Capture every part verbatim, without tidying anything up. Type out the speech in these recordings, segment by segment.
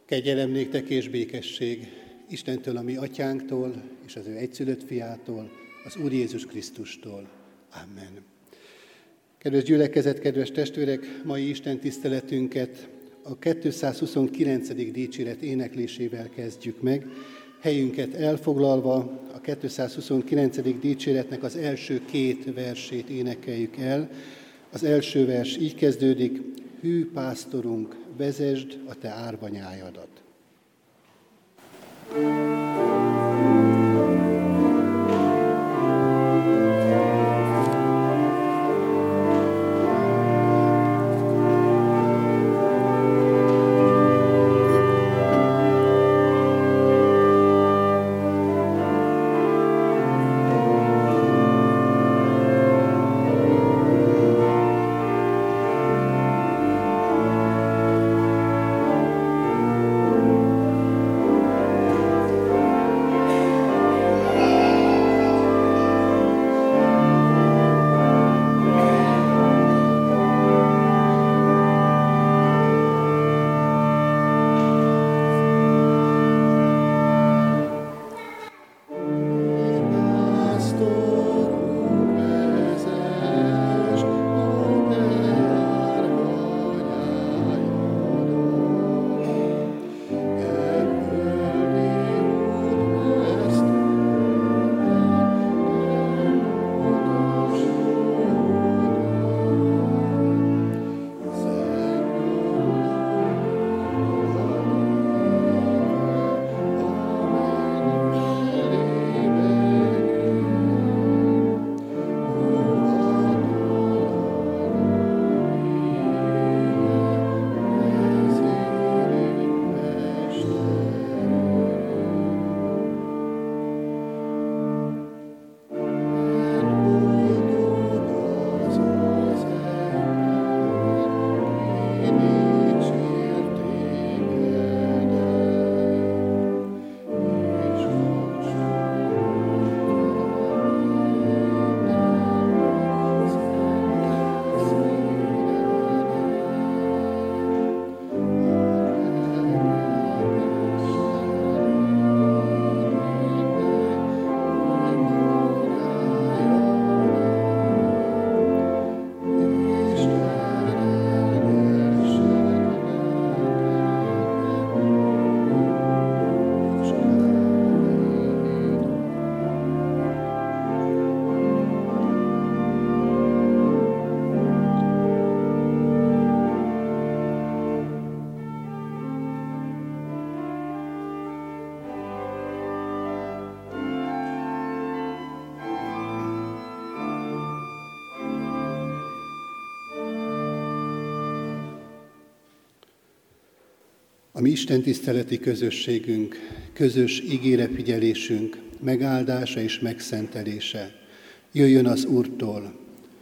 Kegyelem néktek és békesség Istentől, a mi atyánktól, és az ő egyszülött fiától, az Úr Jézus Krisztustól. Amen. Kedves gyülekezet, kedves testvérek, mai Isten tiszteletünket a kétszázhuszonkilencedik dicséret éneklésével kezdjük meg. Helyünket elfoglalva a kétszázhuszonkilencedik dicséretnek az első két versét énekeljük el. Az első vers így kezdődik: Hű pásztorunk, vezesd a te árvanyájadat. A mi istentiszteleti közösségünk, közös ígérefigyelésünk megáldása és megszentelése jöjjön az Úrtól,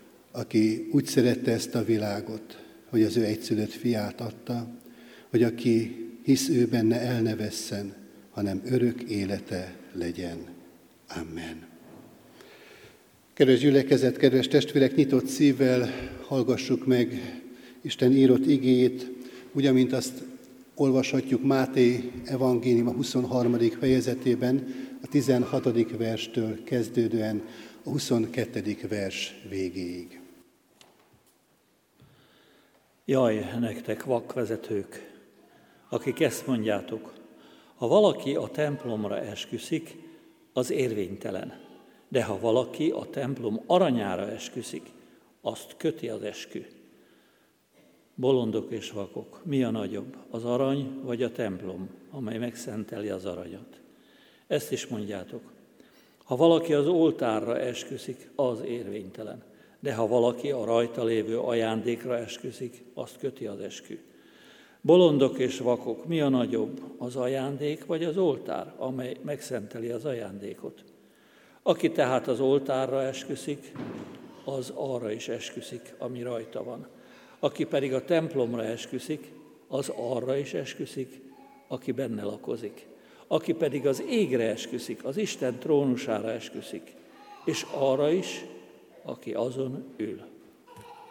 aki úgy szerette ezt a világot, hogy az ő egyszülött fiát adta, hogy aki hisz ő benne, el ne vesszen, hanem örök élete legyen. Amen. Kedves gyülekezet, kedves testvérek, nyitott szívvel hallgassuk meg Isten írott igéjét, úgy, amint azt olvashatjuk Máté evangélium a huszonharmadik fejezetében, a tizenhatodik verstől kezdődően a huszonkettedik vers végéig. Jaj, nektek vakvezetők, akik ezt mondjátok, ha valaki a templomra esküszik, az érvénytelen, de ha valaki a templom aranyára esküszik, azt köti az eskü. Bolondok és vakok, mi a nagyobb, az arany vagy a templom, amely megszenteli az aranyat? Ezt is mondjátok. Ha valaki az oltárra esküszik, az érvénytelen, de ha valaki a rajta lévő ajándékra esküszik, azt köti az eskü. Bolondok és vakok, mi a nagyobb, az ajándék vagy az oltár, amely megszenteli az ajándékot? Aki tehát az oltárra esküszik, az arra is esküszik, ami rajta van. Aki pedig a templomra esküszik, az arra is esküszik, aki benne lakozik. Aki pedig az égre esküszik, az Isten trónusára esküszik, és arra is, aki azon ül.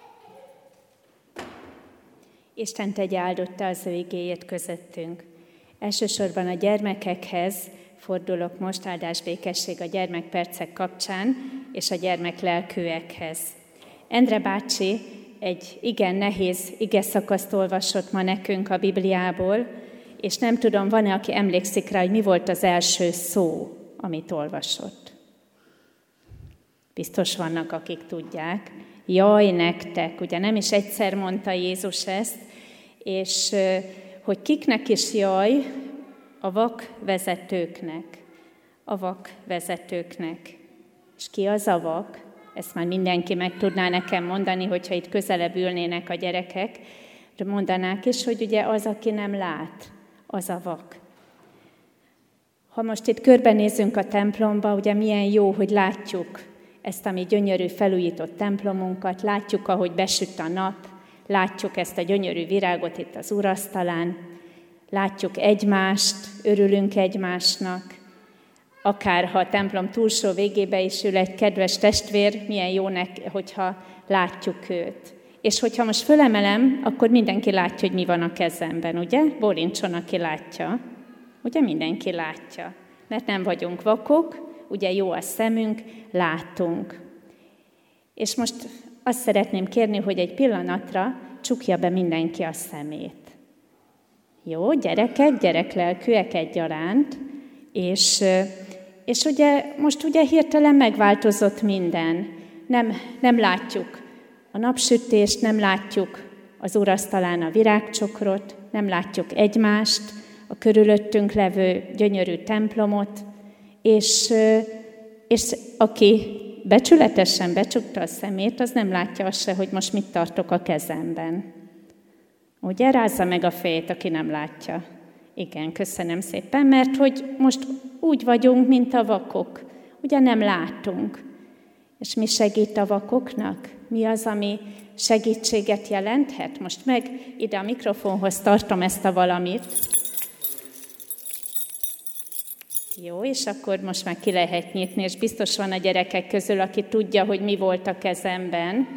Isten tegye áldotta az ő igéjét közöttünk. Elsősorban a gyermekekhez fordulok most, áldás békesség a gyermekpercek kapcsán, és a gyermeklelkűekhez. Endre bácsi egy igen nehéz igeszakaszt olvasott ma nekünk a Bibliából, és nem tudom, van-e, aki emlékszik rá, hogy mi volt az első szó, amit olvasott. Biztos vannak, akik tudják. Jaj, nektek! Ugye nem is egyszer mondta Jézus ezt, és hogy kiknek is jaj, a vak vezetőknek. A vak vezetőknek. És ki az a vak? Ezt már mindenki meg tudná nekem mondani, hogyha itt közelebb ülnének a gyerekek, de mondanák is, hogy ugye az, aki nem lát, az a vak. Ha most itt körbenézünk a templomba, ugye milyen jó, hogy látjuk ezt a mi gyönyörű felújított templomunkat, látjuk, ahogy besüt a nap, látjuk ezt a gyönyörű virágot itt az úrasztalán, látjuk egymást, örülünk egymásnak, akár ha a templom túlsó végébe is ül egy kedves testvér, milyen jó neki, hogyha látjuk őt. És hogyha most fölemelem, akkor mindenki látja, hogy mi van a kezemben, ugye? Bólincson, aki látja. Ugye mindenki látja. Mert nem vagyunk vakok, ugye jó a szemünk, látunk. És most azt szeretném kérni, hogy egy pillanatra csukja be mindenki a szemét. Jó, gyerekek, gyereklelkűek egyaránt, és, és ugye most ugye hirtelen megváltozott minden. Nem, nem látjuk a napsütést, nem látjuk az úrasztalán a virágcsokrot, nem látjuk egymást, a körülöttünk levő gyönyörű templomot, és, és aki becsületesen becsukta a szemét, az nem látja azt se, hogy most mit tartok a kezemben. Ugye, rázza meg a fejét, aki nem látja. Igen, köszönöm szépen, mert hogy most úgy vagyunk, mint a vakok. Ugye nem látunk. És mi segít a vakoknak? Mi az, ami segítséget jelenthet? Most meg ide a mikrofonhoz tartom ezt a valamit. Jó, és akkor most már ki lehet nyitni, és biztos van a gyerekek közül, aki tudja, hogy mi volt a kezemben.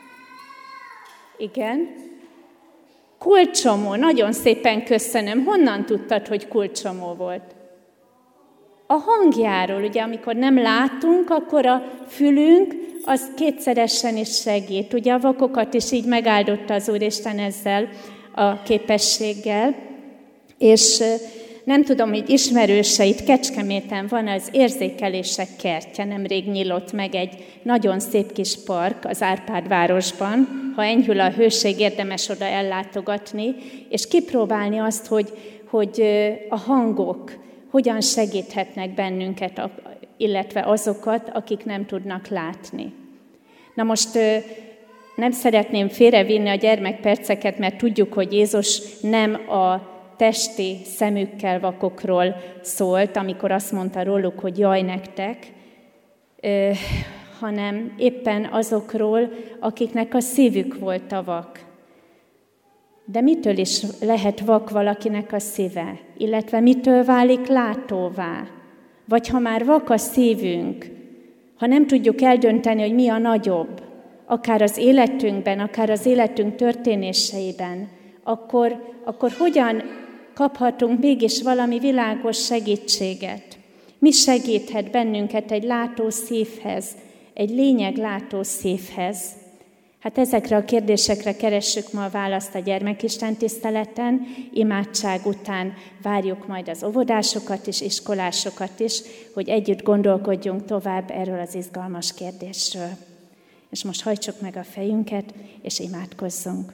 Igen. Kulcsomó, nagyon szépen köszönöm. Honnan tudtad, hogy kulcsomó volt? A hangjáról, ugye, amikor nem látunk, akkor a fülünk az kétszeresen is segít. Ugye a vakokat is így megáldotta az Úristen ezzel a képességgel, és nem tudom, hogy ismerőseit, Kecskeméten van az érzékelések kertje, nemrég nyílt meg egy nagyon szép kis park az Árpád-városban. Ha enyhül a hőség, érdemes oda ellátogatni, és kipróbálni azt, hogy, hogy a hangok hogyan segíthetnek bennünket, illetve azokat, akik nem tudnak látni. Na most nem szeretném félrevinni a gyermekperceket, mert tudjuk, hogy Jézus nem a testi szemükkel vakokról szólt, amikor azt mondta róluk, hogy jaj nektek, ö, hanem éppen azokról, akiknek a szívük volt a vak. De mitől is lehet vak valakinek a szíve? Illetve mitől válik látóvá? Vagy ha már vak a szívünk, ha nem tudjuk eldönteni, hogy mi a nagyobb, akár az életünkben, akár az életünk történéseiben, akkor, akkor hogyan kaphatunk mégis valami világos segítséget? Mi segíthet bennünket egy látó szívhez, egy lényeglátó szívhez? Hát ezekre a kérdésekre keressük ma a választ a gyermekisten tiszteleten, imádság után várjuk majd az óvodásokat és iskolásokat is, hogy együtt gondolkodjunk tovább erről az izgalmas kérdésről. És most hajtsuk meg a fejünket, és imádkozzunk.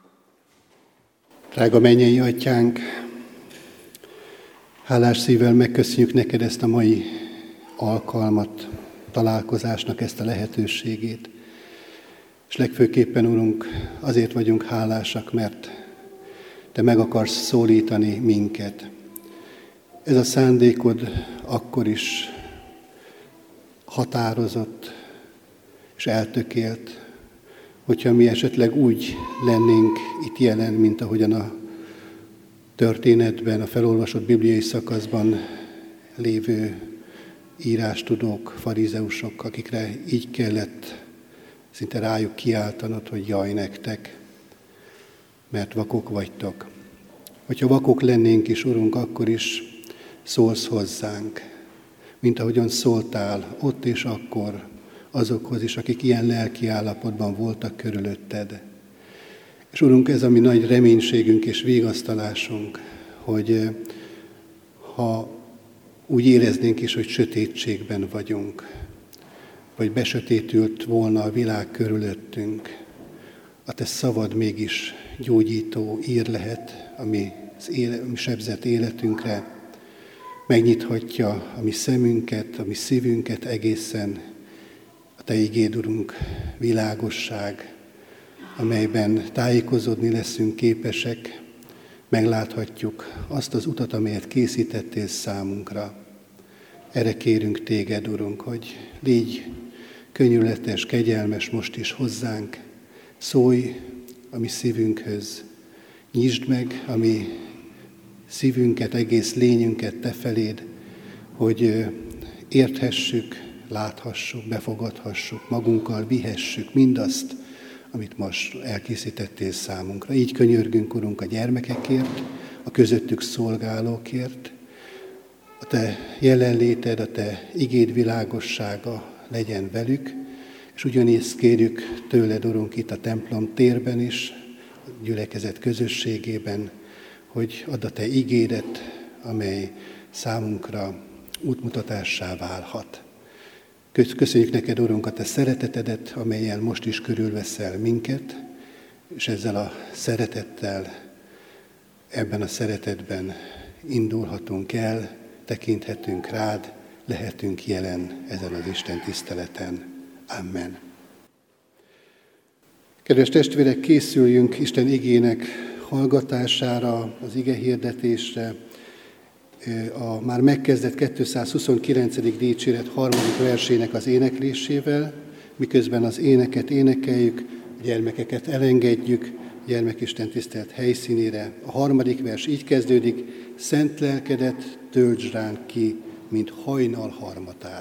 Drága mennyei Atyánk, hálás szívvel megköszönjük neked ezt a mai alkalmat, találkozásnak ezt a lehetőségét. És legfőképpen, Urunk, azért vagyunk hálásak, mert Te meg akarsz szólítani minket. Ez a szándékod akkor is határozott és eltökélt, hogyha mi esetleg úgy lennénk itt jelen, mint ahogyan a történetben, a felolvasott bibliai szakaszban lévő írástudók, farizeusok, akikre így kellett szinte rájuk kiáltanod, hogy jaj nektek, mert vakok vagytok. Hogyha vakok lennénk is, Urunk, akkor is szólsz hozzánk, mint ahogyan szóltál ott és akkor azokhoz is, akik ilyen lelki állapotban voltak körülötted. És Urunk, ez a mi nagy reménységünk és vigasztalásunk, hogy ha úgy éreznénk is, hogy sötétségben vagyunk, vagy besötétült volna a világ körülöttünk, a Te szavad mégis gyógyító ír lehet a mi, éle, a mi sebzett életünkre, megnyithatja a mi szemünket, a mi szívünket egészen a Te igéd, Urunk, világosság, amelyben tájékozódni leszünk képesek, megláthatjuk azt az utat, amelyet készítettél számunkra. Erre kérünk Téged, Urunk, hogy légy könnyűletes, kegyelmes most is hozzánk, szólj a mi szívünkhöz, nyisd meg a mi szívünket, egész lényünket Te feléd, hogy érthessük, láthassuk, befogadhassuk, magunkkal vihessük mindazt, amit most elkészítettél számunkra. Így könyörgünk, Urunk, a gyermekekért, a közöttük szolgálókért, a Te jelenléted, a Te igéd világossága legyen velük, és ugyanígy kérjük tőled, Urunk, itt a templom térben is, a gyülekezet közösségében, hogy add a Te igédet, amely számunkra útmutatássá válhat. Köszönjük neked, Urunk, a Te szeretetedet, amellyel most is körülveszel minket, és ezzel a szeretettel, ebben a szeretetben indulhatunk el, tekinthetünk rád, lehetünk jelen ezen az Isten tiszteleten. Amen. Kedves testvérek, készüljünk Isten igének hallgatására, az ige hirdetésre, a már megkezdett kétszázhuszonkilencedik dicséret harmadik versének az éneklésével, miközben az éneket énekeljük, a gyermekeket elengedjük a gyermekisten tisztelt helyszínére. A harmadik vers így kezdődik: szent lelkedet töltsd ránk ki, mint hajnal harmatát.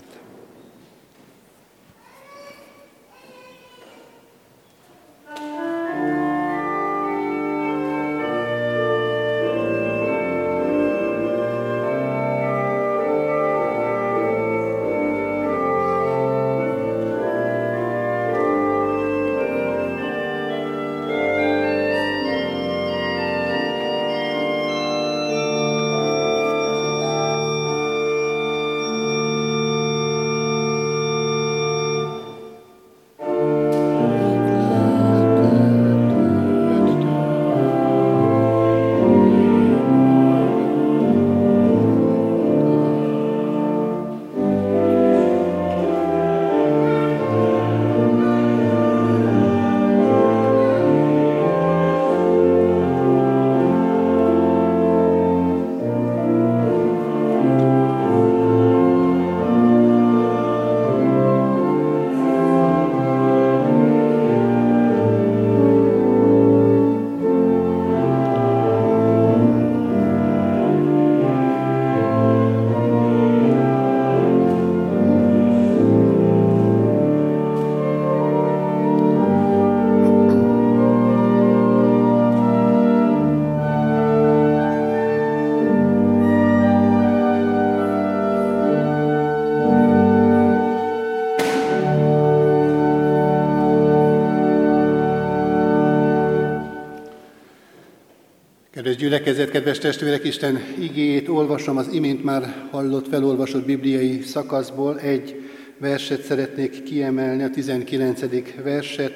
Kedves gyülekezet, kedves testvérek, Isten igéjét olvasom az imént már hallott, felolvasott bibliai szakaszból. Egy verset szeretnék kiemelni, a tizenkilencedik verset,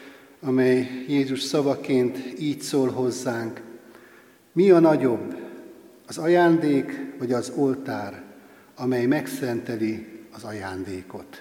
amely Jézus szavaként így szól hozzánk. Mi a nagyobb, az ajándék vagy az oltár, amely megszenteli az ajándékot?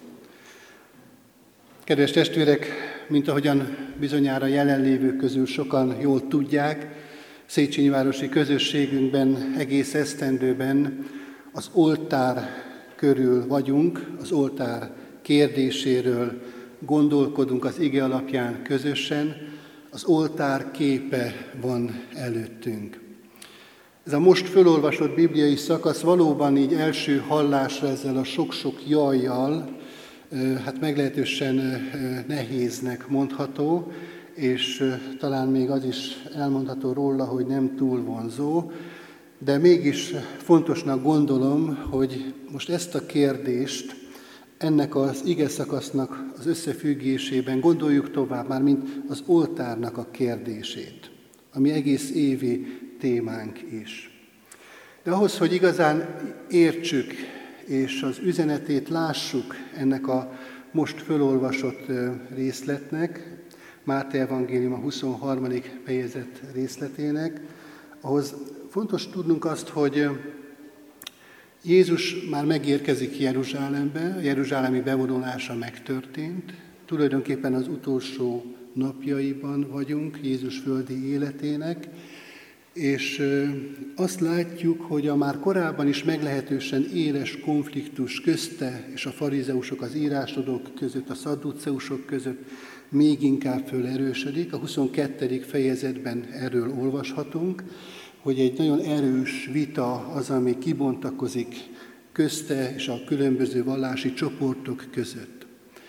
Kedves testvérek, mint ahogyan bizonyára jelenlévők közül sokan jól tudják, Széchenyi-városi közösségünkben egész esztendőben az oltár körül vagyunk, az oltár kérdéséről gondolkodunk az ige alapján közösen, az oltár képe van előttünk. Ez a most fölolvasott bibliai szakasz valóban így első hallásra ezzel a sok-sok jajjal, hát meglehetősen nehéznek mondható, és talán még az is elmondható róla, hogy nem túl vonzó, de mégis fontosnak gondolom, hogy most ezt a kérdést ennek az ige szakasznak az összefüggésében gondoljuk tovább, már mint az oltárnak a kérdését, ami egész évi témánk is. De ahhoz, hogy igazán értsük, és az üzenetét lássuk ennek a most fölolvasott részletnek, Máté evangélium a huszonharmadik fejezet részletének, ahhoz fontos tudnunk azt, hogy Jézus már megérkezik Jeruzsálembe, a jeruzsálemi bevonulása megtörtént, tulajdonképpen az utolsó napjaiban vagyunk Jézus földi életének, és azt látjuk, hogy a már korábban is meglehetősen éles konfliktus közte és a farizeusok, az írástudók között, a szadduceusok között még inkább fölerősödik. A huszonkettedik fejezetben erről olvashatunk, hogy egy nagyon erős vita az, ami kibontakozik közte és a különböző vallási csoportok között.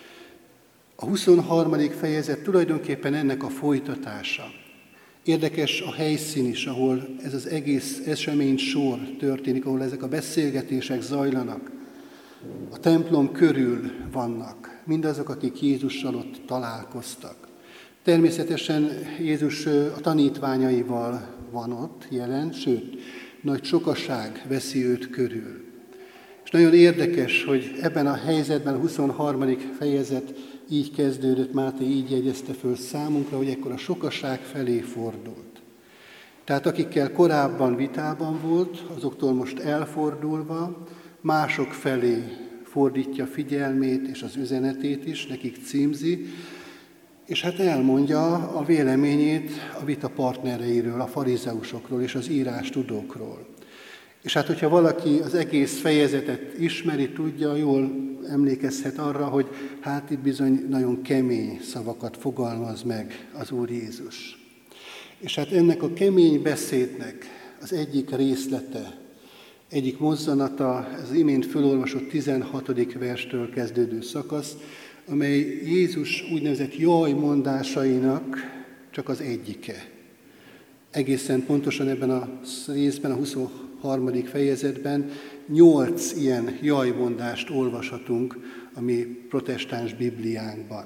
A huszonharmadik fejezet tulajdonképpen ennek a folytatása. Érdekes a helyszín is, ahol ez az egész esemény sor történik, ahol ezek a beszélgetések zajlanak. A templom körül vannak mindazok, akik Jézussal ott találkoztak. Természetesen Jézus a tanítványaival van ott jelen, sőt, nagy sokaság veszi őt körül. És nagyon érdekes, hogy ebben a helyzetben a huszonharmadik fejezet így kezdődött, Máté így jegyezte föl számunkra, hogy ekkor a sokaság felé fordult. Tehát akikkel korábban vitában volt, azoktól most elfordulva, mások felé fordítja figyelmét és az üzenetét is, nekik címzi, és hát elmondja a véleményét a vita partnereiről, a farizeusokról és az írástudókról. És hát, hogyha valaki az egész fejezetet ismeri, tudja, jól emlékezhet arra, hogy hát itt bizony nagyon kemény szavakat fogalmaz meg az Úr Jézus. És hát ennek a kemény beszédnek az egyik részlete, egyik mozzanata, ez az imént fölolvasott tizenhatodik verstől kezdődő szakasz, amely Jézus úgynevezett jaj mondásainak csak az egyike. Egészen pontosan ebben a részben, a huszonharmadik fejezetben nyolc ilyen jajmondást olvashatunk a mi protestáns Bibliánkban.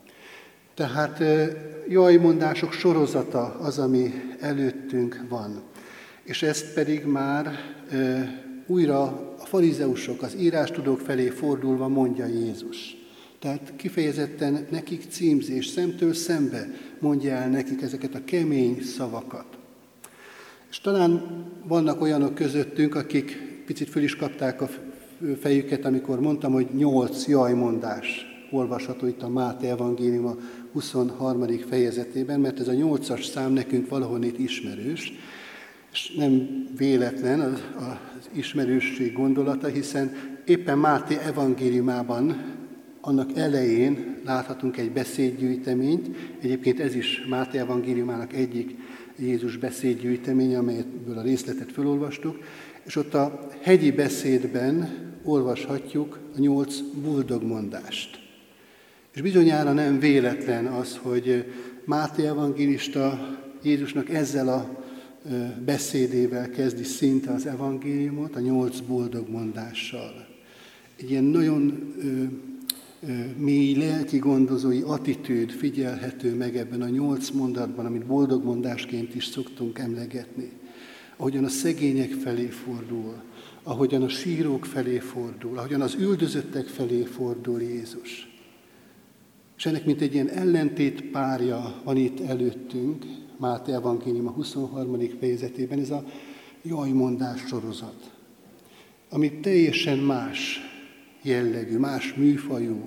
Tehát jajmondások sorozata az, ami előttünk van. És ezt pedig már e, újra a farizeusok, az írástudók felé fordulva mondja Jézus. Tehát kifejezetten nekik címzés, szemtől szembe mondja el nekik ezeket a kemény szavakat. És talán vannak olyanok közöttünk, akik picit föl is kapták a fejüket, amikor mondtam, hogy nyolc jajmondás olvasható itt a Máté evangélium a huszonharmadik fejezetében, mert ez a nyolcas szám nekünk valahol itt ismerős, és nem véletlen az, az ismerősség gondolata, hiszen éppen Máté evangéliumában annak elején láthatunk egy beszédgyűjteményt, egyébként ez is Máté evangéliumának egyik Jézus beszédgyűjteménye, amelyetből a részletet felolvastuk, és ott a hegyi beszédben olvashatjuk a nyolc boldogmondást. És bizonyára nem véletlen az, hogy Máté evangélista Jézusnak ezzel a beszédével kezdi szinte az evangéliumot, a nyolc boldogmondással. Egy ilyen nagyon ö, ö, mély lelki gondozói attitűd figyelhető meg ebben a nyolc mondatban, amit boldogmondásként is szoktunk emlegetni. Ahogyan a szegények felé fordul, ahogyan a sírók felé fordul, ahogyan az üldözöttek felé fordul Jézus. És ennek mint egy ilyen ellentét párja van itt előttünk, Máté evangélium a huszonharmadik fejezetében, ez a jajmondás sorozat, ami teljesen más jellegű, más műfajú.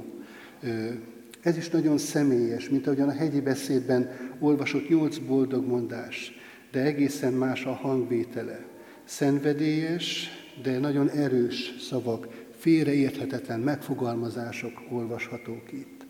Ez is nagyon személyes, mint ahogyan a hegyi beszédben olvasott nyolc boldogmondás, de egészen más a hangvétele. Szenvedélyes, de nagyon erős szavak, félreérthetetlen megfogalmazások olvashatók itt.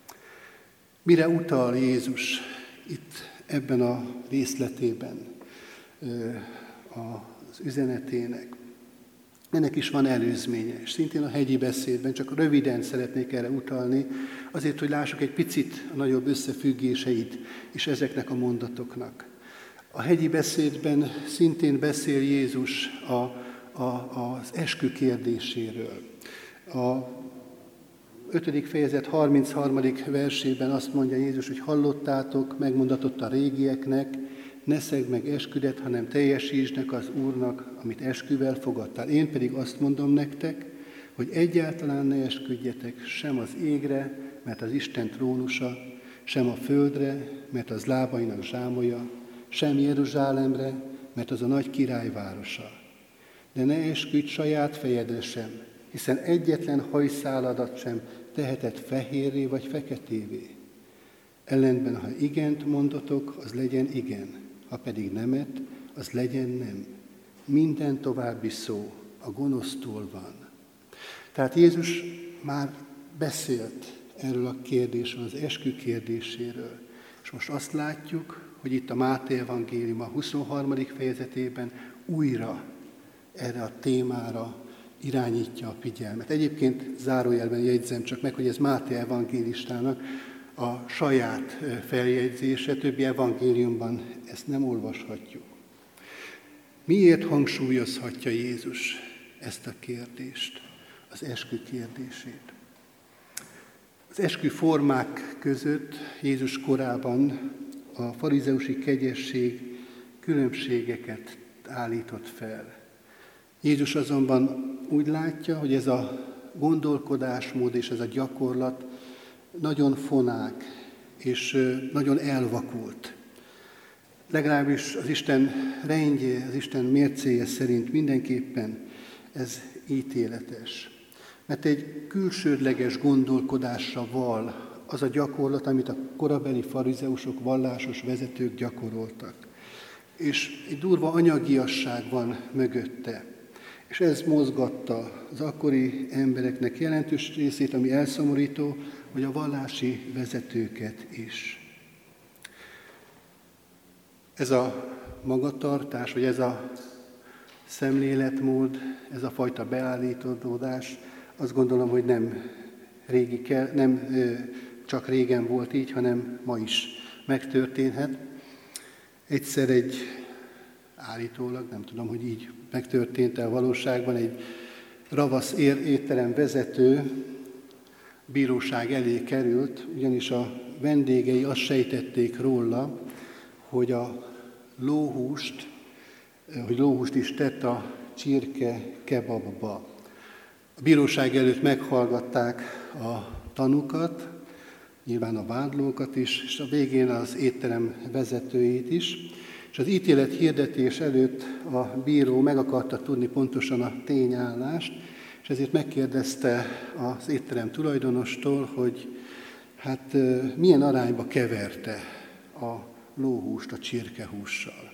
Mire utal Jézus itt ebben a részletében az üzenetének? Ennek is van előzménye, és szintén a hegyi beszédben, csak röviden szeretnék erre utalni, azért, hogy lássuk egy picit a nagyobb összefüggéseit is ezeknek a mondatoknak. A hegyi beszédben szintén beszél Jézus a, a, az eskü kérdéséről. A ötödik fejezet harmincharmadik versében azt mondja Jézus, hogy hallottátok, megmondatott a régieknek, ne szegd meg esküdet, hanem teljesítsd meg az Úrnak, amit esküvel fogadtál. Én pedig azt mondom nektek, hogy egyáltalán ne esküdjetek sem az égre, mert az Isten trónusa, sem a földre, mert az lábainak zsámolja, sem Jeruzsálemre, mert az a nagy király városa. De ne esküdj saját fejedre sem, hiszen egyetlen hajszáladat sem teheted fehérré vagy feketévé. Ellenben, ha igent mondotok, az legyen igen, ha pedig nemet, az legyen nem. Minden további szó a gonosztól van. Tehát Jézus már beszélt erről a kérdésről, az eskü kérdéséről. És most azt látjuk, hogy itt a Máté evangélium a huszonharmadik fejezetében újra erre a témára irányítja a figyelmet. Egyébként zárójelben jegyzem csak meg, hogy ez Máté evangélistának a saját feljegyzése, többi evangéliumban ezt nem olvashatjuk. Miért hangsúlyozhatja Jézus ezt a kérdést, az eskü kérdését? Az eskü formák között Jézus korában a farizeusi kegyesség különbségeket állított fel. Jézus azonban úgy látja, hogy ez a gondolkodásmód és ez a gyakorlat nagyon fonák és nagyon elvakult. Legalábbis az Isten rendje, az Isten mércéje szerint mindenképpen ez ítéletes. Mert egy külsődleges gondolkodásra val az a gyakorlat, amit a korabeli farizeusok, vallásos vezetők gyakoroltak. És egy durva anyagiasság van mögötte. És ez mozgatta az akkori embereknek jelentős részét, ami elszomorító, hogy a vallási vezetőket is. Ez a magatartás, vagy ez a szemléletmód, ez a fajta beállítódás, azt gondolom, hogy nem, régi kell, nem csak régen volt így, hanem ma is megtörténhet. Egyszer egy állítólag, nem tudom, hogy így megtörtént-e a valóságban, egy ravasz étterem vezető bíróság elé került, ugyanis a vendégei azt sejtették róla, hogy a lóhúst, hogy lóhúst is tett a csirke kebabba. A bíróság előtt meghallgatták a tanukat, nyilván a vádlókat is, és a végén az étterem vezetőjét is. És az ítélet hirdetés előtt a bíró meg akarta tudni pontosan a tényállást, és ezért megkérdezte az étterem tulajdonostól, hogy hát milyen arányba keverte a lóhúst a csirkehússal.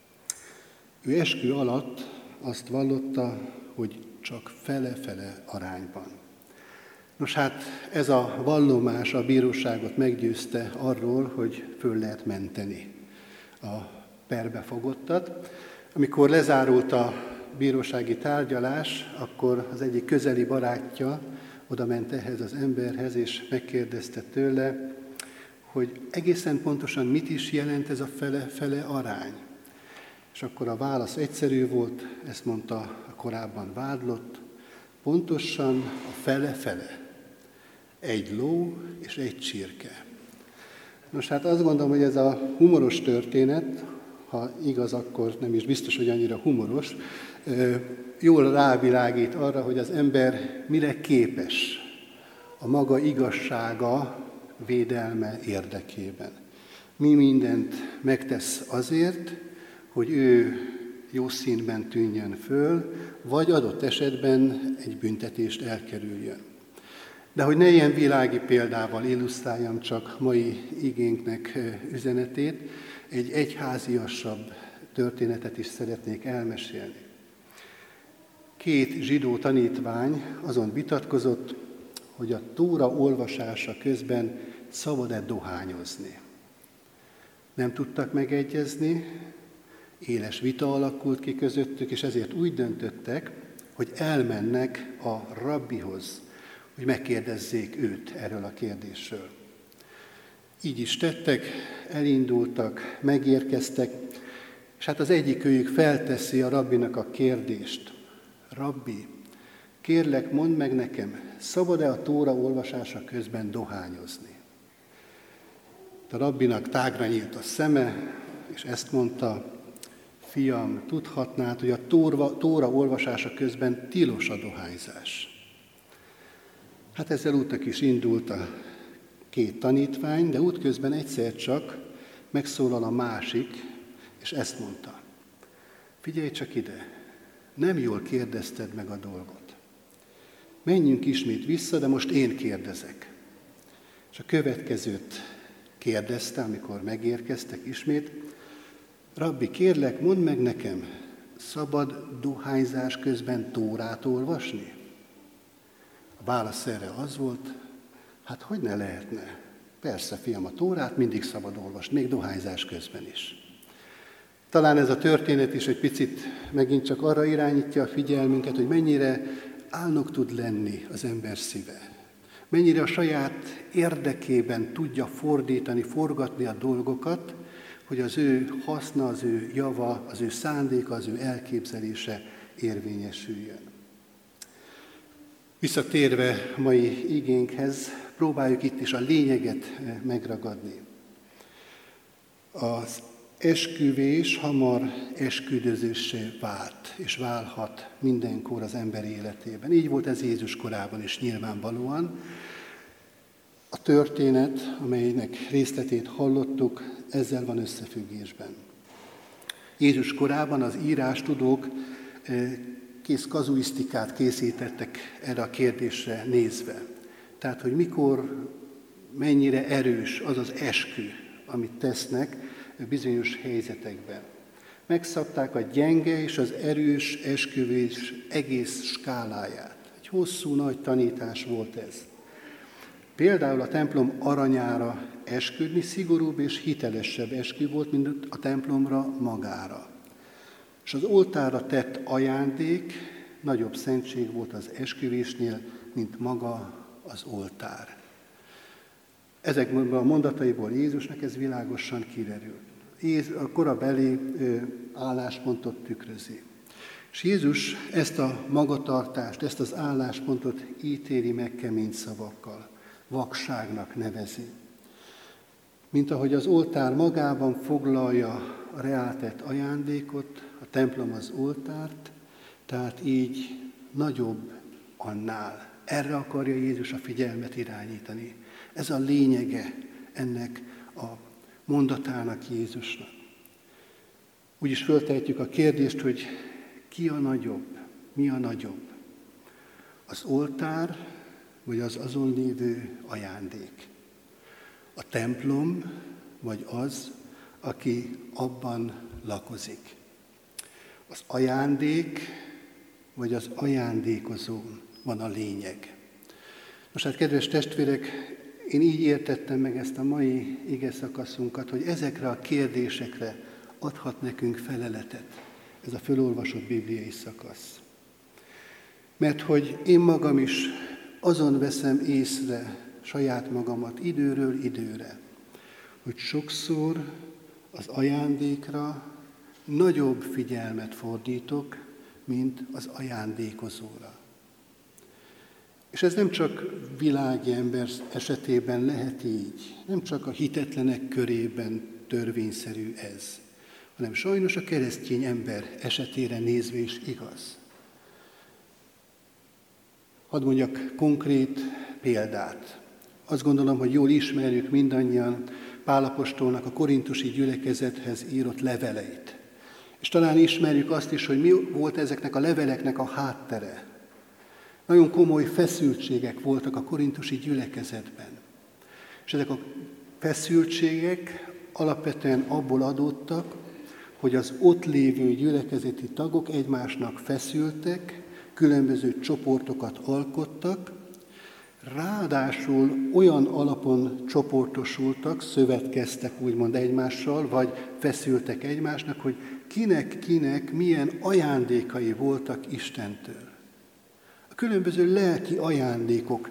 Ő eskü alatt azt vallotta, hogy csak fele-fele arányban. Nos hát ez a vallomás a bíróságot meggyőzte arról, hogy föl lehet menteni a perbefogottat. Amikor lezárult a bírósági tárgyalás, akkor az egyik közeli barátja oda ment ehhez az emberhez, és megkérdezte tőle, hogy egészen pontosan mit is jelent ez a fele-fele arány. És akkor a válasz egyszerű volt, ezt mondta a korábban vádlott, pontosan a fele-fele. Egy ló és egy csirke. Nos, hát azt gondolom, hogy ez a humoros történet, ha igaz, akkor nem is biztos, hogy annyira humoros, jól rávilágít arra, hogy az ember mire képes a maga igazsága védelme érdekében. Mi mindent megtesz azért, hogy ő jó színben tűnjön föl, vagy adott esetben egy büntetést elkerüljön. De hogy ne ilyen világi példával illusztráljam csak mai igénknek üzenetét, egy egyháziasabb történetet is szeretnék elmesélni. Két zsidó tanítvány azon vitatkozott, hogy a Tóra olvasása közben szabad-e dohányozni. Nem tudtak megegyezni, éles vita alakult ki közöttük, és ezért úgy döntöttek, hogy elmennek a rabbihoz, hogy megkérdezzék őt erről a kérdésről. Így is tettek, elindultak, megérkeztek, és hát az egyik őjük felteszi a rabbinak a kérdést. Rabbi, kérlek, mondd meg nekem, szabad-e a Tóra olvasása közben dohányozni? A rabbinak tágra nyílt a szeme, és ezt mondta, fiam, tudhatnád, hogy a tóra, tóra olvasása közben tilos a dohányzás. Hát ezzel útnak is indult a két tanítvány, de útközben egyszer csak megszólal a másik, és ezt mondta. Figyelj csak ide, nem jól kérdezted meg a dolgot. Menjünk ismét vissza, de most én kérdezek. És a következőt kérdezte, amikor megérkeztek ismét. Rabbi, kérlek, mondd meg nekem, szabad dohányzás közben Tórát olvasni? A válasz erre az volt, hát hogy ne lehetne? Persze, fiam, a Tórát mindig szabad olvasni, még dohányzás közben is. Talán ez a történet is egy picit megint csak arra irányítja a figyelmünket, hogy mennyire álnok tud lenni az ember szíve. Mennyire a saját érdekében tudja fordítani, forgatni a dolgokat, hogy az ő haszna, az ő java, az ő szándéka, az ő elképzelése érvényesüljön. Visszatérve mai igénkhez, próbáljuk itt is a lényeget megragadni. Az esküvés hamar esküdözéssé vált, és válhat mindenkor az ember életében. Így volt ez Jézus korában is nyilvánvalóan. A történet, amelynek részletét hallottuk, ezzel van összefüggésben. Jézus korában az írástudók kész kazuisztikát készítettek erre a kérdésre nézve. Tehát, hogy mikor, mennyire erős az az eskü, amit tesznek bizonyos helyzetekben. Megszabták a gyenge és az erős esküvés egész skáláját. Egy hosszú, nagy tanítás volt ez. Például a templom aranyára esküdni szigorúbb és hitelesebb eskü volt, mint a templomra magára. És az oltárra tett ajándék nagyobb szentség volt az esküvésnél, mint maga az oltár. Ezekből a mondataiból Jézusnak ez világosan kiderül. A korabeli álláspontot tükrözi. És Jézus ezt a magatartást, ezt az álláspontot ítéli meg kemény szavakkal. Vakságnak nevezi. Mint ahogy az oltár magában foglalja a reáltett ajándékot, a templom az oltárt, tehát így nagyobb annál. Erre akarja Jézus a figyelmet irányítani. Ez a lényege ennek a mondatának Jézusnak. Úgy is föltehetjük a kérdést, hogy ki a nagyobb, mi a nagyobb? Az oltár, vagy az azon lévő ajándék? A templom, vagy az, aki abban lakozik? Az ajándék, vagy az ajándékozón van a lényeg? Most hát, kedves testvérek, én így értettem meg ezt a mai ige szakaszunkat, hogy ezekre a kérdésekre adhat nekünk feleletet ez a fölolvasott bibliai szakasz. Mert hogy én magam is azon veszem észre saját magamat időről időre, hogy sokszor az ajándékra nagyobb figyelmet fordítok, mint az ajándékozóra. És ez nem csak világi ember esetében lehet így, nem csak a hitetlenek körében törvényszerű ez, hanem sajnos a keresztény ember esetére nézve is igaz. Hadd mondjak konkrét példát. Azt gondolom, hogy jól ismerjük mindannyian Pál apostolnak a korintusi gyülekezethez írott leveleit. És talán ismerjük azt is, hogy mi volt ezeknek a leveleknek a háttere. Nagyon komoly feszültségek voltak a korintusi gyülekezetben. És ezek a feszültségek alapvetően abból adódtak, hogy az ott lévő gyülekezeti tagok egymásnak feszültek, különböző csoportokat alkottak, ráadásul olyan alapon csoportosultak, szövetkeztek úgymond egymással, vagy feszültek egymásnak, hogy kinek-kinek milyen ajándékai voltak Istentől. különböző lelki ajándékok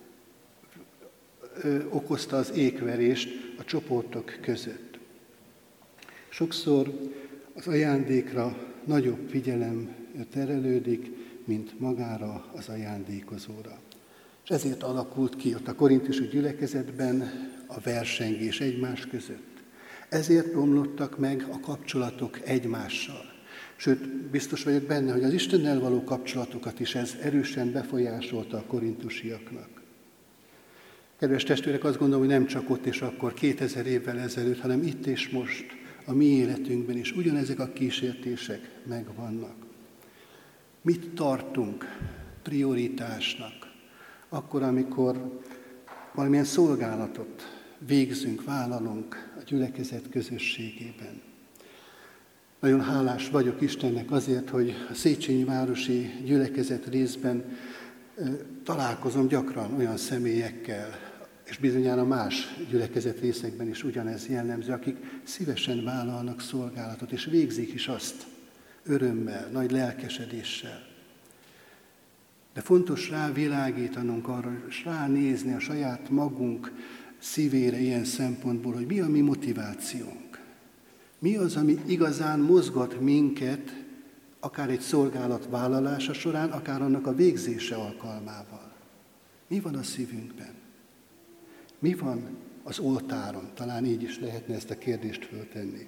ö, okozta az ékverést a csoportok között. Sokszor az ajándékra nagyobb figyelem terelődik, mint magára az ajándékozóra. És ezért alakult ki ott a korintusi gyülekezetben a versengés egymás között. Ezért romlottak meg a kapcsolatok egymással. Sőt, biztos vagyok benne, hogy az Istennel való kapcsolatokat is ez erősen befolyásolta a korintusiaknak. Kedves testvérek, azt gondolom, hogy nem csak ott és akkor kétezer évvel ezelőtt, hanem itt és most, a mi életünkben is ugyanezek a kísértések megvannak. Mit tartunk prioritásnak? Akkor, amikor valamilyen szolgálatot végzünk, vállalunk a gyülekezet közösségében. Nagyon hálás vagyok Istennek azért, hogy a Széchenyi városi gyülekezet részben találkozom gyakran olyan személyekkel, és bizonyára más gyülekezet részekben is ugyanez jellemző, akik szívesen vállalnak szolgálatot, és végzik is azt örömmel, nagy lelkesedéssel. De fontos rávilágítanunk arra, és ránézni a saját magunk szívére ilyen szempontból, hogy mi a mi motivációnk. Mi az, ami igazán mozgat minket, akár egy szolgálat vállalása során, akár annak a végzése alkalmával. Mi van a szívünkben? Mi van az oltáron? Talán így is lehetne ezt a kérdést föltenni.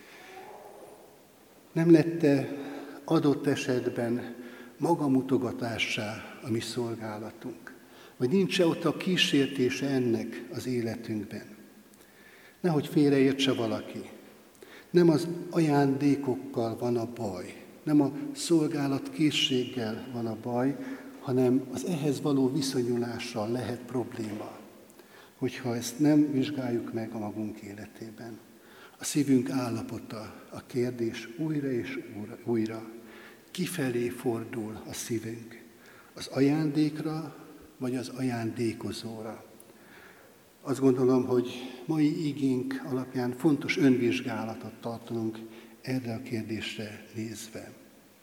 Nem lett-e adott esetben magamutogatássá a mi szolgálatunk? Vagy nincs-e ott a kísértése ennek az életünkben? Nehogy félreértse valaki. Nem az ajándékokkal van a baj, nem a szolgálat készséggel van a baj, hanem az ehhez való viszonyulással lehet probléma, hogyha ezt nem vizsgáljuk meg a magunk életében. A szívünk állapota a kérdés újra és újra. Kifelé fordul a szívünk? Az ajándékra, vagy az ajándékozóra? Azt gondolom, hogy mai igénk alapján fontos önvizsgálatot tartanunk erre a kérdésre nézve.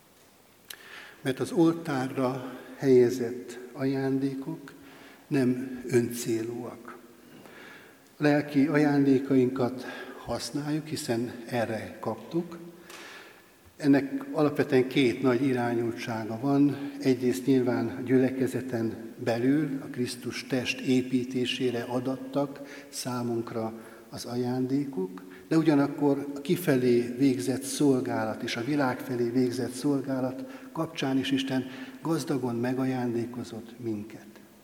Mert az oltárra helyezett ajándékok nem öncélúak. A lelki ajándékainkat használjuk, hiszen erre kaptuk. Ennek alapvetően két nagy irányultsága van. Egyrészt nyilván a gyülekezeten belül a Krisztus test építésére adattak számunkra az ajándékok, de ugyanakkor a kifelé végzett szolgálat és a világ felé végzett szolgálat kapcsán is Isten gazdagon megajándékozott minket.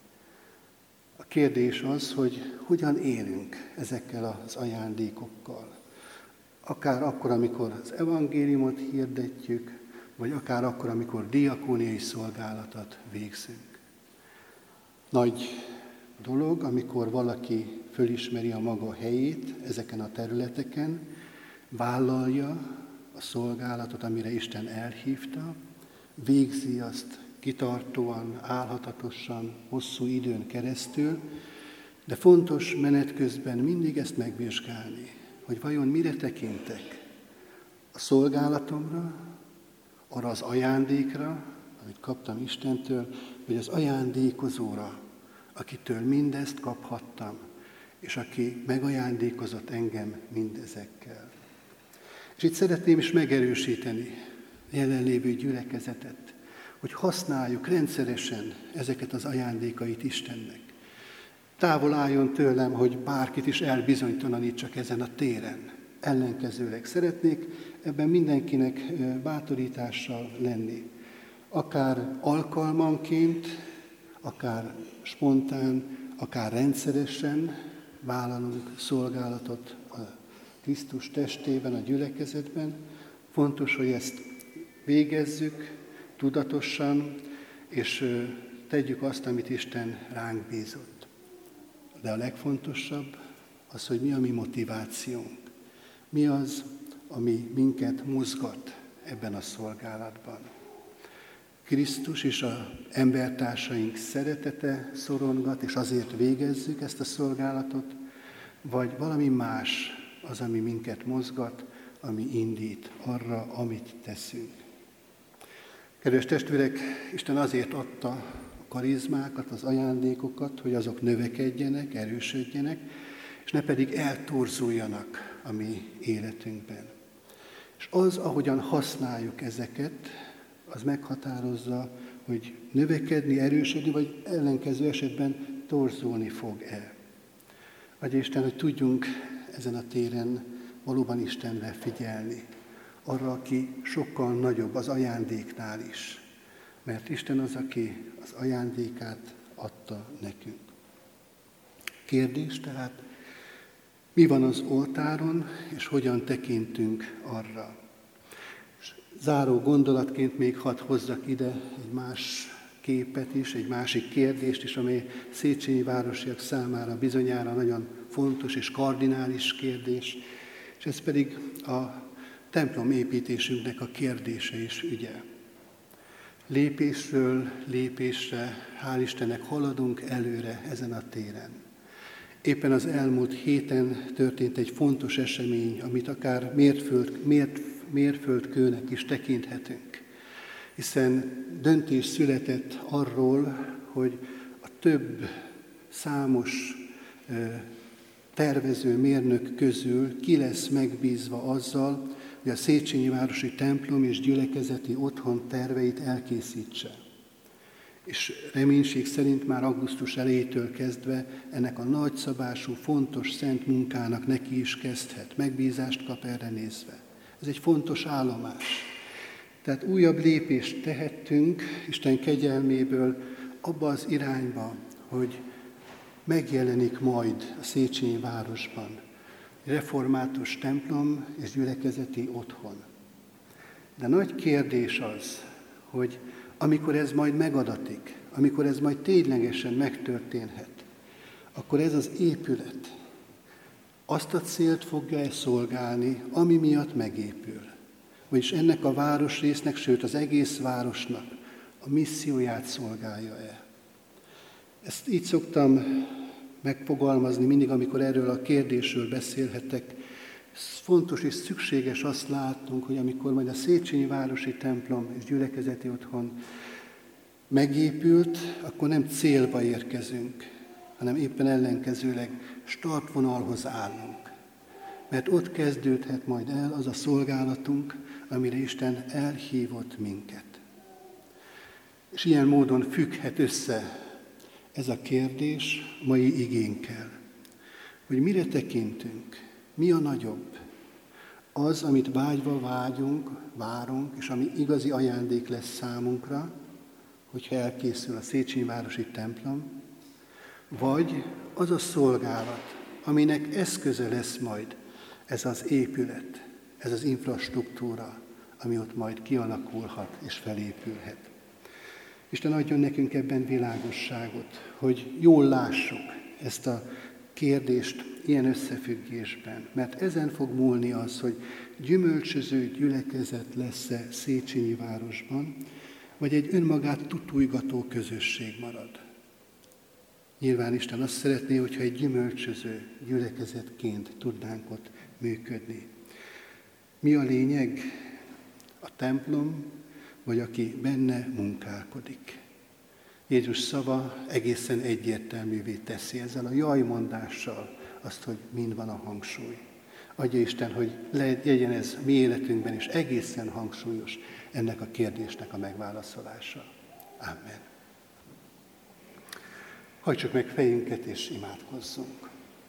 A kérdés az, hogy hogyan élünk ezekkel az ajándékokkal. Akár akkor, amikor az evangéliumot hirdetjük, vagy akár akkor, amikor diakóniai szolgálatot végzünk. Nagy dolog, amikor valaki fölismeri a maga helyét ezeken a területeken, vállalja a szolgálatot, amire Isten elhívta, végzi azt kitartóan, álhatatosan, hosszú időn keresztül, de fontos menet közben mindig ezt megvizsgálni, hogy vajon mire tekintek? A szolgálatomra, arra az ajándékra, amit kaptam Istentől, vagy az ajándékozóra, akitől mindezt kaphattam, és aki megajándékozott engem mindezekkel. És itt szeretném is megerősíteni a jelenlévő gyülekezetet, hogy használjuk rendszeresen ezeket az ajándékait Istennek. Távol álljon tőlem, hogy bárkit is elbizonytalanítsak ezen a téren. Ellenkezőleg szeretnék ebben mindenkinek bátorítással lenni. Akár alkalmanként, akár spontán, akár rendszeresen vállalunk szolgálatot a Krisztus testében, a gyülekezetben. Fontos, hogy ezt végezzük tudatosan, és tegyük azt, amit Isten ránk bízott. De a legfontosabb az, hogy mi a mi motivációnk. Mi az, ami minket mozgat ebben a szolgálatban. Krisztus és az embertársaink szeretete szorongat, és azért végezzük ezt a szolgálatot, vagy valami más az, ami minket mozgat, ami indít arra, amit teszünk. Kedves testvérek, Isten azért adta a karizmákat, az ajándékokat, hogy azok növekedjenek, erősödjenek, és ne pedig eltorzuljanak a mi életünkben. És az, ahogyan használjuk ezeket, az meghatározza, hogy növekedni, erősödni, vagy ellenkező esetben torzulni fog-e. Adja Isten, hogy tudjunk ezen a téren valóban Istenre figyelni, arra, aki sokkal nagyobb az ajándéknál is, mert Isten az, aki az ajándékát adta nekünk. Kérdés tehát, mi van az oltáron, és hogyan tekintünk arra? Záró gondolatként még hadd hozzak ide egy más képet is, egy másik kérdést is, amely széchenyi városiak számára bizonyára nagyon fontos és kardinális kérdés, és ez pedig a templom építésünknek a kérdése és ügye. Lépésről lépésre, hál' Istennek haladunk előre ezen a téren. Éppen az elmúlt héten történt egy fontos esemény, amit akár mérföld, mért, mérföldkőnek is tekinthetünk. Hiszen döntés született arról, hogy a több számos tervező mérnök közül ki lesz megbízva azzal, hogy a Széchenyi városi templom és gyülekezeti otthon terveit elkészítse. És reménység szerint már augusztus elejétől kezdve ennek a nagyszabású, fontos, szent munkának neki is kezdhet. Megbízást kap erre nézve. Ez egy fontos állomás. Tehát újabb lépést tehettünk Isten kegyelméből abba az irányba, hogy megjelenik majd a Széchenyi városban református templom és gyülekezeti otthon. De nagy kérdés az, hogy amikor ez majd megadatik, amikor ez majd ténylegesen megtörténhet, akkor ez az épület azt a célt fogja-e szolgálni, ami miatt megépül. Vagyis ennek a városrésznek, sőt az egész városnak a misszióját szolgálja-e. Ezt így szoktam megfogalmazni mindig, amikor erről a kérdésről beszélhetek. Fontos és szükséges azt látnunk, hogy amikor majd a Széchenyi városi templom és gyülekezeti otthon megépült, akkor nem célba érkezünk, hanem éppen ellenkezőleg startvonalhoz állunk. Mert ott kezdődhet majd el az a szolgálatunk, amire Isten elhívott minket. És ilyen módon függhet össze ez a kérdés mai igénkkel, hogy mire tekintünk, mi a nagyobb? Az, amit vágyva vágyunk, várunk, és ami igazi ajándék lesz számunkra, hogyha elkészül a Széchenyi városi templom, vagy az a szolgálat, aminek eszköze lesz majd ez az épület, ez az infrastruktúra, ami ott majd kialakulhat és felépülhet. Isten adjon nekünk ebben világosságot, hogy jól lássuk ezt a kérdést ilyen összefüggésben, mert ezen fog múlni az, hogy gyümölcsöző gyülekezet lesz-e Széchenyi városban, vagy egy önmagát tutújgató közösség marad. Nyilván Isten azt szeretné, hogyha egy gyümölcsöző gyülekezetként tudnánk ott működni. Mi a lényeg? A templom, vagy aki benne munkálkodik. Jézus szava egészen egyértelművé teszi ezzel a jajmondással azt, hogy mind van a hangsúly. Adja Isten, hogy legyen ez mi életünkben is egészen hangsúlyos ennek a kérdésnek a megválaszolása. Amen. Hajtsuk meg fejünket és imádkozzunk.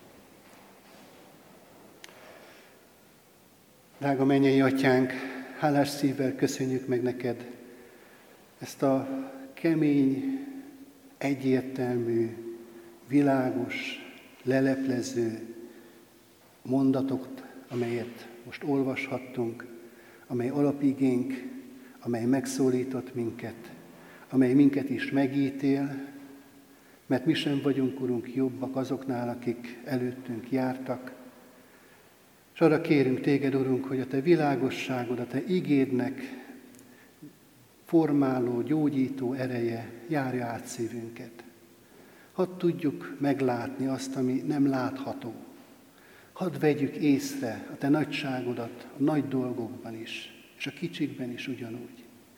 Drága mennyei Atyánk, hálás szívvel köszönjük meg neked ezt a kemény, egyértelmű, világos, leleplező mondatot, amelyet most olvashattunk, amely alapigénk, amely megszólított minket, amely minket is megítél, mert mi sem vagyunk, Urunk, jobbak azoknál, akik előttünk jártak. És arra kérünk téged, Urunk, hogy a te világosságod, a te igédnek formáló, gyógyító ereje járja át szívünket. Hadd tudjuk meglátni azt, ami nem látható. Hadd vegyük észre a te nagyságodat a nagy dolgokban is, és a kicsikben is ugyanúgy.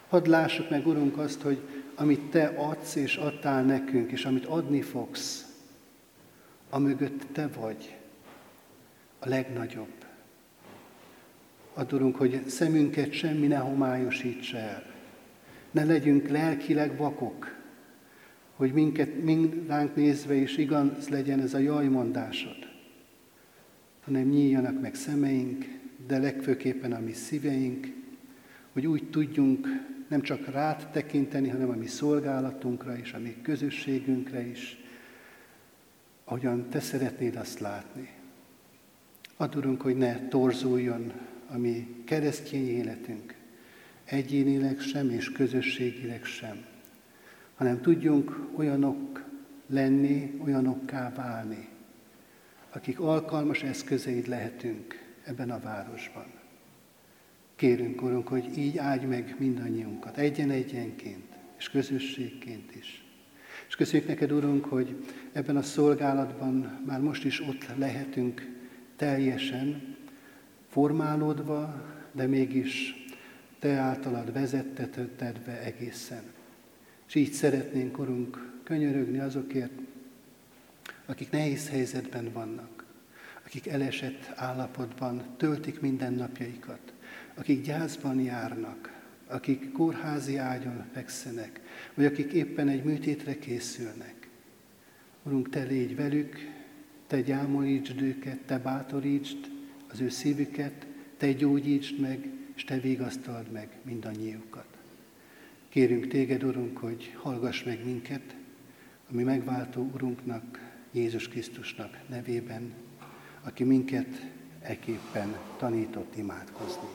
Hadd lássuk meg, Urunk, azt, hogy amit Te adsz és adtál nekünk, és amit adni fogsz, amögött Te vagy a legnagyobb. Add, Urunk, hogy szemünket semmi ne homályosítsa el. Ne legyünk lelkileg vakok, hogy minket, mind ránk nézve is igaz legyen ez a jajmondásod, hanem nyíljanak meg szemeink, de legfőképpen a mi szíveink, hogy úgy tudjunk nem csak rád tekinteni, hanem a mi szolgálatunkra és a mi közösségünkre is, ahogyan Te szeretnéd azt látni. Add, Urunk, hogy ne torzuljon a mi keresztény életünk, egyénileg sem és közösségileg sem, hanem tudjunk olyanok lenni, olyanokká válni, akik alkalmas eszközeid lehetünk ebben a városban. Kérünk, Urunk, hogy így áldj meg mindannyiunkat, egyen-egyenként, és közösségként is. És köszönjük neked, Urunk, hogy ebben a szolgálatban már most is ott lehetünk teljesen, formálódva, de mégis Te általad vezettetve egészen. És így szeretnénk, Urunk, könyörögni azokért, akik nehéz helyzetben vannak, akik elesett állapotban töltik mindennapjaikat, akik gyászban járnak, akik kórházi ágyon fekszenek, vagy akik éppen egy műtétre készülnek. Urunk, Te légy velük, Te gyámolítsd őket, Te bátorítsd az ő szívüket, Te gyógyítsd meg, és Te vigasztald meg mindannyiukat. Kérünk Téged, Urunk, hogy hallgass meg minket, a mi megváltó Urunknak, Jézus Krisztusnak nevében, aki minket ekképpen tanított imádkozni.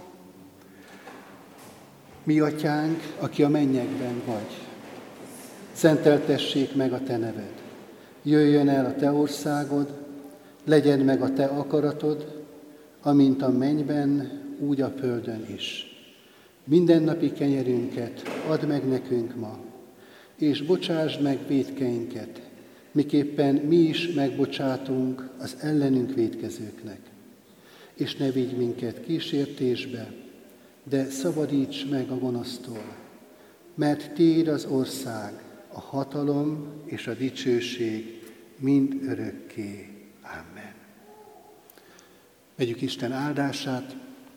Mi Atyánk, aki a mennyekben vagy, szenteltessék meg a Te neved. Jöjjön el a Te országod, legyen meg a Te akaratod, amint a mennyben, úgy a földön is. Mindennapi kenyerünket add meg nekünk ma, és bocsásd meg vétkeinket, miképpen mi is megbocsátunk az ellenünk vétkezőknek. És ne vigy minket kísértésbe, de szabadíts meg a gonosztól, mert Tiéd az ország, a hatalom és a dicsőség mind örökké. Amen. Vegyük Isten áldását.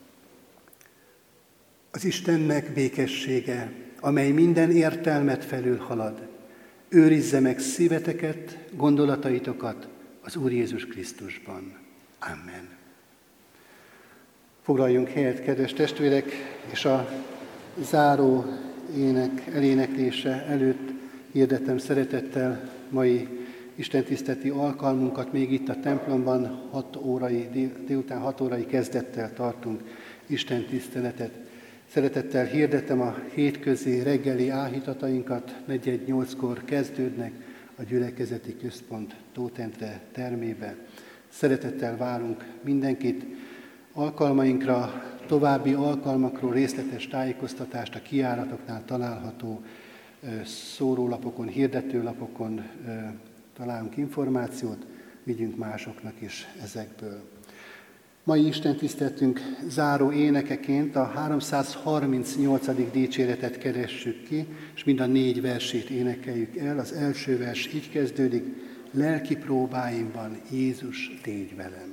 Az Istennek békessége, amely minden értelmet felülhalad, őrizze meg szíveteket, gondolataitokat az Úr Jézus Krisztusban. Amen. Foglaljunk helyet, kedves testvérek, és a záró ének eléneklése előtt hirdetem szeretettel mai istentiszteleti alkalmunkat. Még itt a templomban hat órai, délután hat órai kezdettel tartunk istentiszteletet. Szeretettel hirdetem a hétközi reggeli áhítatainkat, negyed nyolckor kezdődnek a gyülekezeti központ Tóth-Endre termébe. Szeretettel várunk mindenkit alkalmainkra, további alkalmakról részletes tájékoztatást a kijáratoknál található szórólapokon, hirdetőlapokon találunk információt, vigyünk másoknak is ezekből. Mai istentiszteletünk záró énekeként a háromszázharmincnyolcadik dicséretet keressük ki, és mind a négy versét énekeljük el. Az első vers így kezdődik: lelki próbáimban Jézus, légy velem.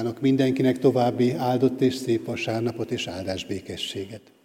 kívánok mindenkinek további áldott és szép vasárnapot és áldás békességet.